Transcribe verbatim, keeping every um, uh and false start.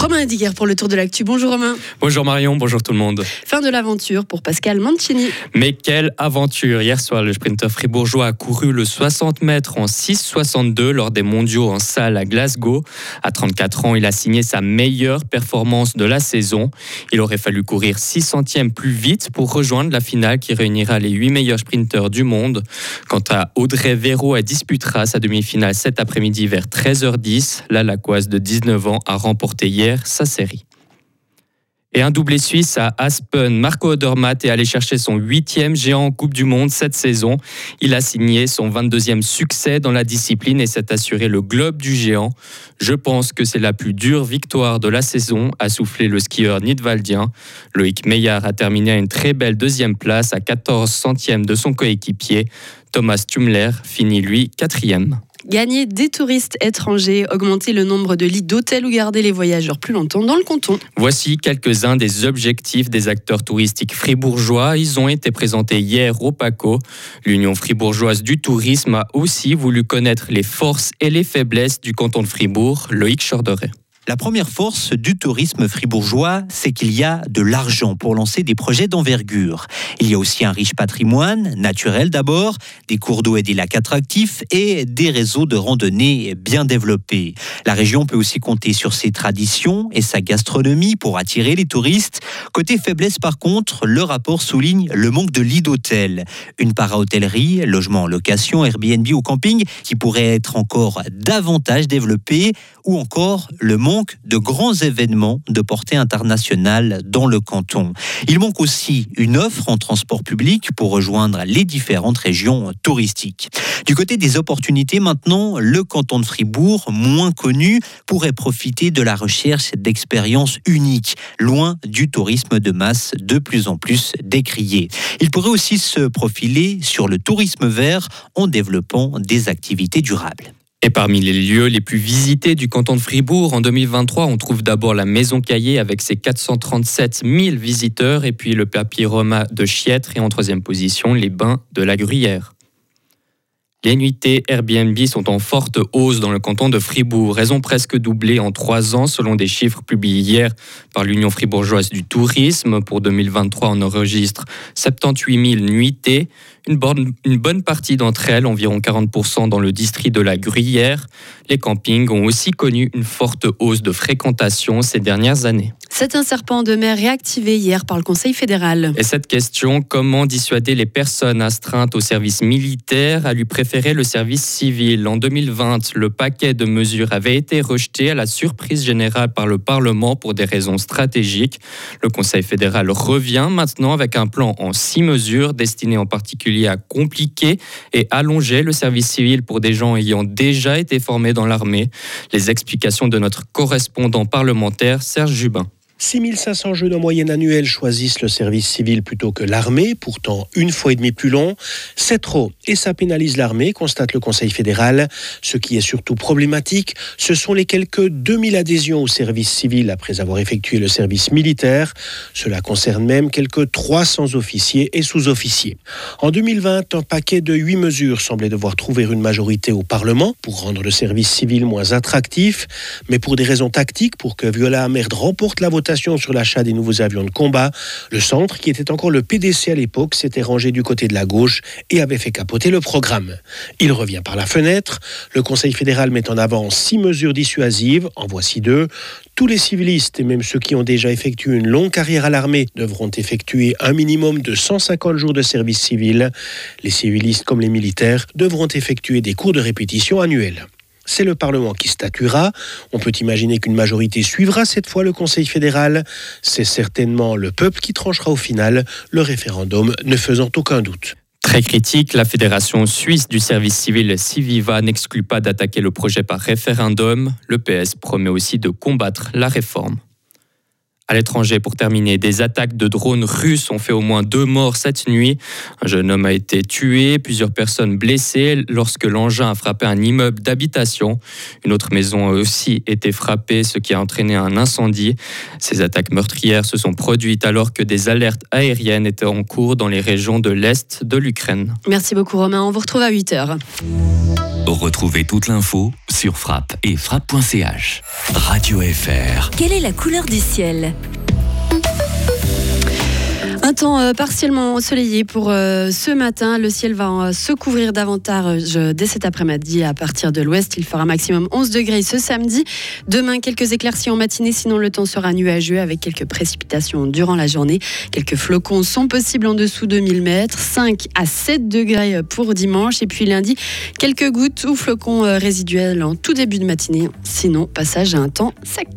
Romain Diger pour le tour de l'actu. Bonjour Romain. Bonjour Marion, bonjour tout le monde. Fin de l'aventure pour Pascal Mancini. Mais quelle aventure! Hier soir, le sprinter fribourgeois a couru le soixante mètres en six soixante-deux lors des mondiaux en salle à Glasgow. À trente-quatre ans, il a signé sa meilleure performance de la saison. Il aurait fallu courir six centièmes plus vite pour rejoindre la finale qui réunira les huit meilleurs sprinters du monde. Quant à Audrey Véro, elle disputera sa demi-finale cet après-midi vers treize heures dix. La Laquoise de dix-neuf ans a remporté hier sa série. Et un doublé suisse à Aspen, Marco Odermatt est allé chercher son huitième géant en Coupe du Monde cette saison. Il a signé son vingt-deuxième succès dans la discipline et s'est assuré le globe du géant. Je pense que c'est la plus dure victoire de la saison, a soufflé le skieur nidwaldien. Loïc Meillard a terminé à une très belle deuxième place à quatorze centièmes de son coéquipier. Thomas Tumler finit lui quatrième. Gagner des touristes étrangers, augmenter le nombre de lits d'hôtels ou garder les voyageurs plus longtemps dans le canton. Voici quelques-uns des objectifs des acteurs touristiques fribourgeois. Ils ont été présentés hier au PACO. L'Union fribourgeoise du tourisme a aussi voulu connaître les forces et les faiblesses du canton de Fribourg. Loïc Chorderet. La première force du tourisme fribourgeois, c'est qu'il y a de l'argent pour lancer des projets d'envergure. Il y a aussi un riche patrimoine, naturel d'abord, des cours d'eau et des lacs attractifs et des réseaux de randonnée bien développés. La région peut aussi compter sur ses traditions et sa gastronomie pour attirer les touristes. Côté faiblesse par contre, le rapport souligne le manque de lits d'hôtel. Une para-hôtellerie, logement en location, Airbnb ou camping qui pourrait être encore davantage développé ou encore le manque de grands événements de portée internationale dans le canton. Il manque aussi une offre en transport public pour rejoindre les différentes régions touristiques. Du côté des opportunités maintenant, le canton de Fribourg, moins connu, pourrait profiter de la recherche d'expériences uniques, loin du tourisme de masse de plus en plus décrié. Il pourrait aussi se profiler sur le tourisme vert en développant des activités durables. Et parmi les lieux les plus visités du canton de Fribourg, en deux mille vingt-trois, on trouve d'abord la Maison Caillé avec ses quatre cent trente-sept mille visiteurs et puis le Papyroma de Chiètre et en troisième position, les Bains de la Gruyère. Les nuitées Airbnb sont en forte hausse dans le canton de Fribourg. Elles ont presque doublé en trois ans selon des chiffres publiés hier par l'Union fribourgeoise du tourisme. Pour deux mille vingt-trois, on enregistre soixante-dix-huit mille nuitées. Une bonne, une bonne partie d'entre elles, environ quarante pour cent dans le district de la Gruyère. Les campings ont aussi connu une forte hausse de fréquentation ces dernières années. C'est un serpent de mer réactivé hier par le Conseil fédéral. Et cette question, comment dissuader les personnes astreintes au service militaire à lui préférer le service civil? En deux mille vingt, le paquet de mesures avait été rejeté à la surprise générale par le Parlement pour des raisons stratégiques. Le Conseil fédéral revient maintenant avec un plan en six mesures destiné en particulier à compliquer et allonger le service civil pour des gens ayant déjà été formés dans l'armée. Les explications de notre correspondant parlementaire Serge Jubin. six mille cinq cents jeunes en moyenne annuelle choisissent le service civil plutôt que l'armée, pourtant une fois et demie plus long. C'est trop et ça pénalise l'armée, constate le Conseil fédéral. Ce qui est surtout problématique, ce sont les quelques deux mille adhésions au service civil après avoir effectué le service militaire. Cela concerne même quelques trois cents officiers et sous-officiers. En deux mille vingt, un paquet de huit mesures semblait devoir trouver une majorité au Parlement pour rendre le service civil moins attractif, mais pour des raisons tactiques, pour que Viola Amerd remporte la votation sur l'achat des nouveaux avions de combat, le centre, qui était encore le P D C à l'époque, s'était rangé du côté de la gauche et avait fait capoter le programme. Il revient par la fenêtre. Le Conseil fédéral met en avant six mesures dissuasives. En voici deux. Tous les civilistes et même ceux qui ont déjà effectué une longue carrière à l'armée devront effectuer un minimum de cent cinquante jours de service civil. Les civilistes comme les militaires devront effectuer des cours de répétition annuels. C'est le Parlement qui statuera. On peut imaginer qu'une majorité suivra cette fois le Conseil fédéral. C'est certainement le peuple qui tranchera au final, le référendum ne faisant aucun doute. Très critique, la Fédération suisse du service civil Civiva n'exclut pas d'attaquer le projet par référendum. Le P S promet aussi de combattre la réforme. À l'étranger, pour terminer, des attaques de drones russes ont fait au moins deux morts cette nuit. Un jeune homme a été tué, plusieurs personnes blessées lorsque l'engin a frappé un immeuble d'habitation. Une autre maison a aussi été frappée, ce qui a entraîné un incendie. Ces attaques meurtrières se sont produites alors que des alertes aériennes étaient en cours dans les régions de l'Est de l'Ukraine. Merci beaucoup Romain, on vous retrouve à huit heures. Retrouvez toute l'info sur Frappe et frappe point c h. Radio F R. Quelle est la couleur du ciel ? Un temps euh, partiellement ensoleillé pour euh, ce matin. Le ciel va euh, se couvrir davantage euh, dès cet après-midi à partir de l'ouest. Il fera maximum onze degrés ce samedi. Demain, quelques éclaircies en matinée, sinon le temps sera nuageux avec quelques précipitations durant la journée. Quelques flocons sont possibles en dessous de mille mètres. cinq à sept degrés pour dimanche. Et puis lundi, quelques gouttes ou flocons euh, résiduels en tout début de matinée. Sinon, passage à un temps sec.